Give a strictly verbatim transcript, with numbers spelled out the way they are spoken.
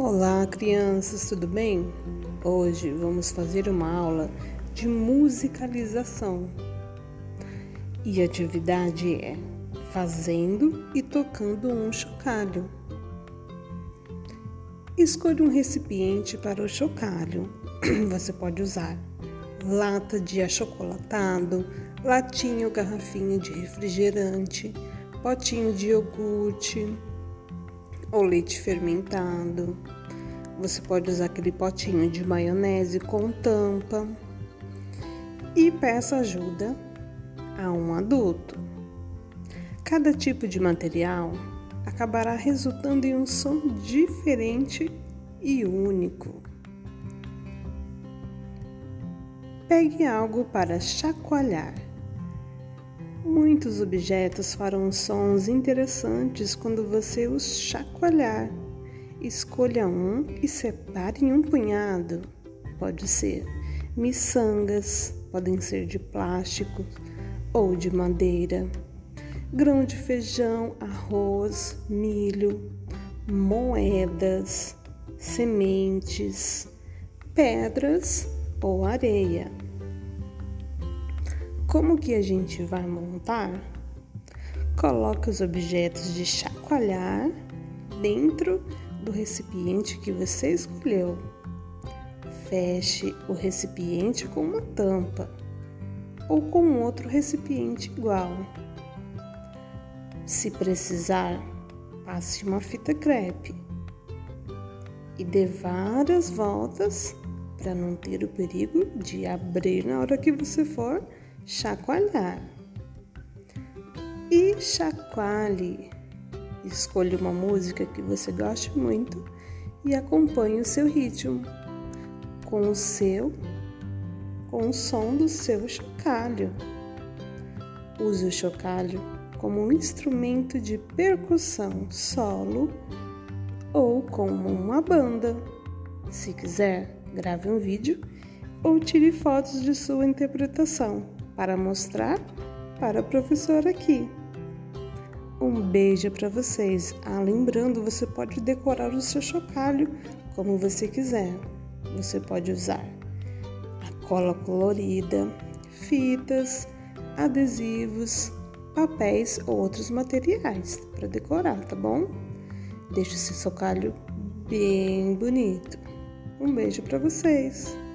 Olá, crianças, tudo bem? Hoje vamos fazer uma aula de musicalização. E a atividade é fazendo e tocando um chocalho. Escolha um recipiente para o chocalho. Você pode usar lata de achocolatado, latinha ou garrafinha de refrigerante, potinho de iogurte ou leite fermentado. Você pode usar aquele potinho de maionese com tampa e peça ajuda a um adulto. Cada tipo de material acabará resultando em um som diferente e único. Pegue algo para chacoalhar. Muitos objetos farão sons interessantes quando você os chacoalhar. Escolha um e separe em um punhado. Pode ser miçangas, podem ser de plástico ou de madeira, grão de feijão, arroz, milho, moedas, sementes, pedras ou areia. Como que a gente vai montar? Coloque os objetos de chacoalhar dentro do recipiente que você escolheu. Feche o recipiente com uma tampa ou com outro recipiente igual. Se precisar, passe uma fita crepe e dê várias voltas para não ter o perigo de abrir na hora que você for chacoalhar. E chacoalhe. Escolha uma música que você goste muito e acompanhe o seu ritmo com o seu, com o som do seu chocalho. Use o chocalho como um instrumento de percussão solo ou como uma banda. Se quiser, grave um vídeo ou tire fotos de sua interpretação para mostrar para a professora aqui. Um beijo para vocês. Ah, lembrando, você pode decorar o seu chocalho como você quiser. Você pode usar a cola colorida, fitas, adesivos, papéis ou outros materiais para decorar, tá bom? Deixe o seu chocalho bem bonito. Um beijo para vocês.